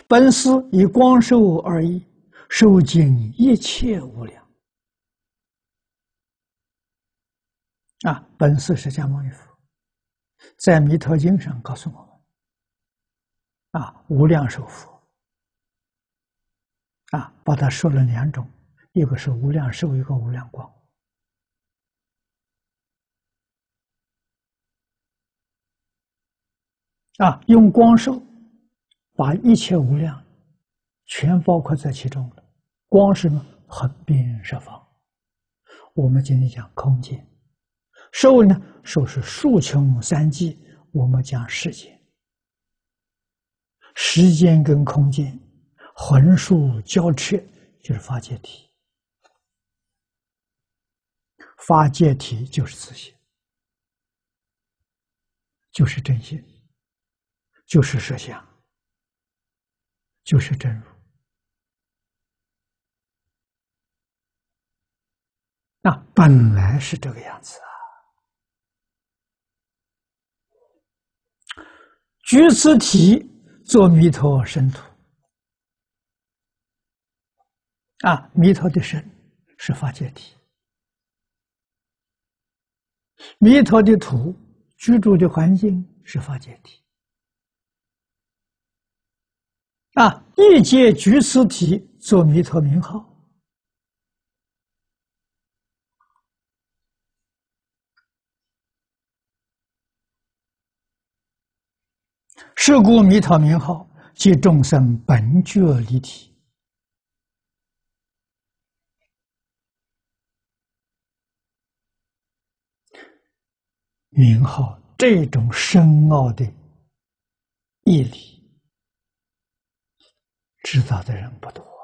本师以光寿而已，受尽一切无量。本师释迦牟尼佛在《弥陀经》上告诉我们，无量寿佛，把它说了2种，一个是无量寿，一个无量光。用光寿把一切无量全包括在其中了。光是呢，横遍十方。我们今天讲空间，寿呢，寿是数穷三际，我们讲时间。时间跟空间横竖交织，就是法界体。法界体就是自性，就是真性，就是实相，就是真如。本来是这个样子具此体作弥陀身土。弥陀的身是法界体，弥陀的土居住的环境是法界体。一切具此体作弥陀名号。是故弥陀名号即众生本觉离体。名号这种深奥的义理，知道的人不多。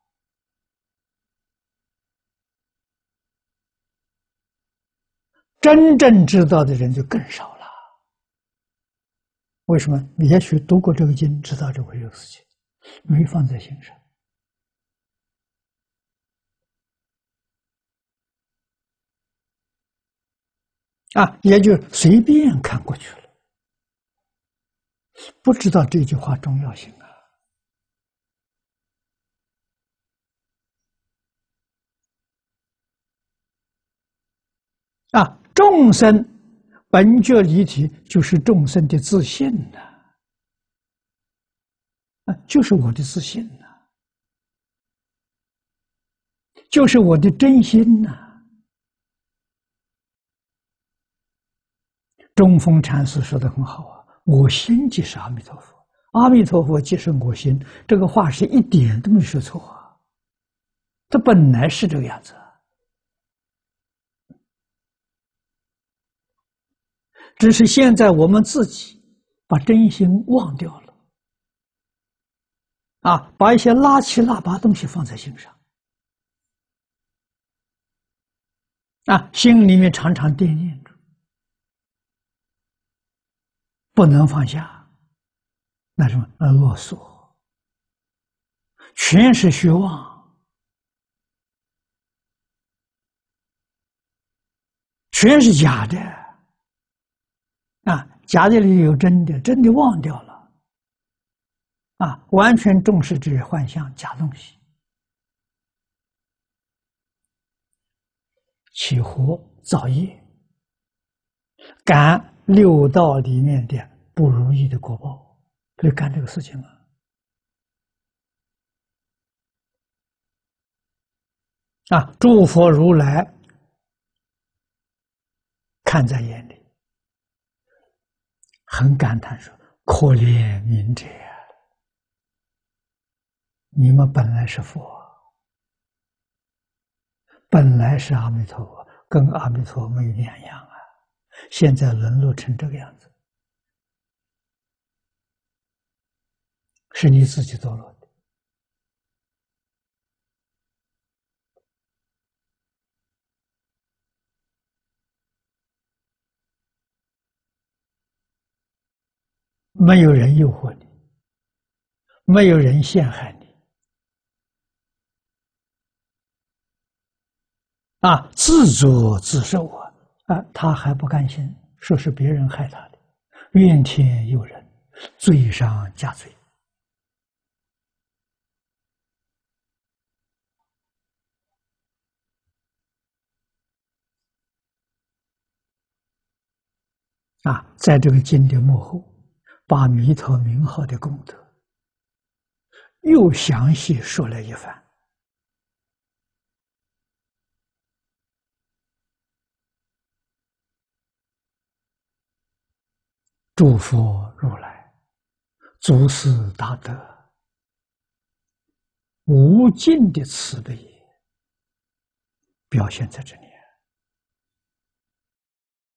真正知道的人就更少了。为什么？也许读过这个经，知道这回事情，没放在心上。也就随便看过去了，不知道这句话重要性众生本觉离体，就是众生的自信就是我的自信就是我的真心中峰禅师说的很好我心即是阿弥陀佛，阿弥陀佛即是我心，这个话是一点都没说错它本来是这个样子。只是现在我们自己把真心忘掉了把一些拉七拉八东西放在心上心里面常常惦念着，不能放下，那种啰嗦，全是虚妄，全是假的假的里有真的，真的忘掉了完全重视这些幻象假东西，起火造业，感六道里面的不如意的果报，来干这个事情诸佛如来看在眼里，很感叹说：“可怜悯者，你们本来是佛，本来是阿弥陀佛，跟阿弥陀没两样现在沦落成这个样子，是你自己堕落的。”没有人诱惑你，没有人陷害你自作自受他还不甘心，说是别人害他的，怨天尤人，罪上加罪在这个经的幕后，把弥陀名号的功德又详细说了一番。诸佛如来祖师大德无尽的慈悲表现在这里。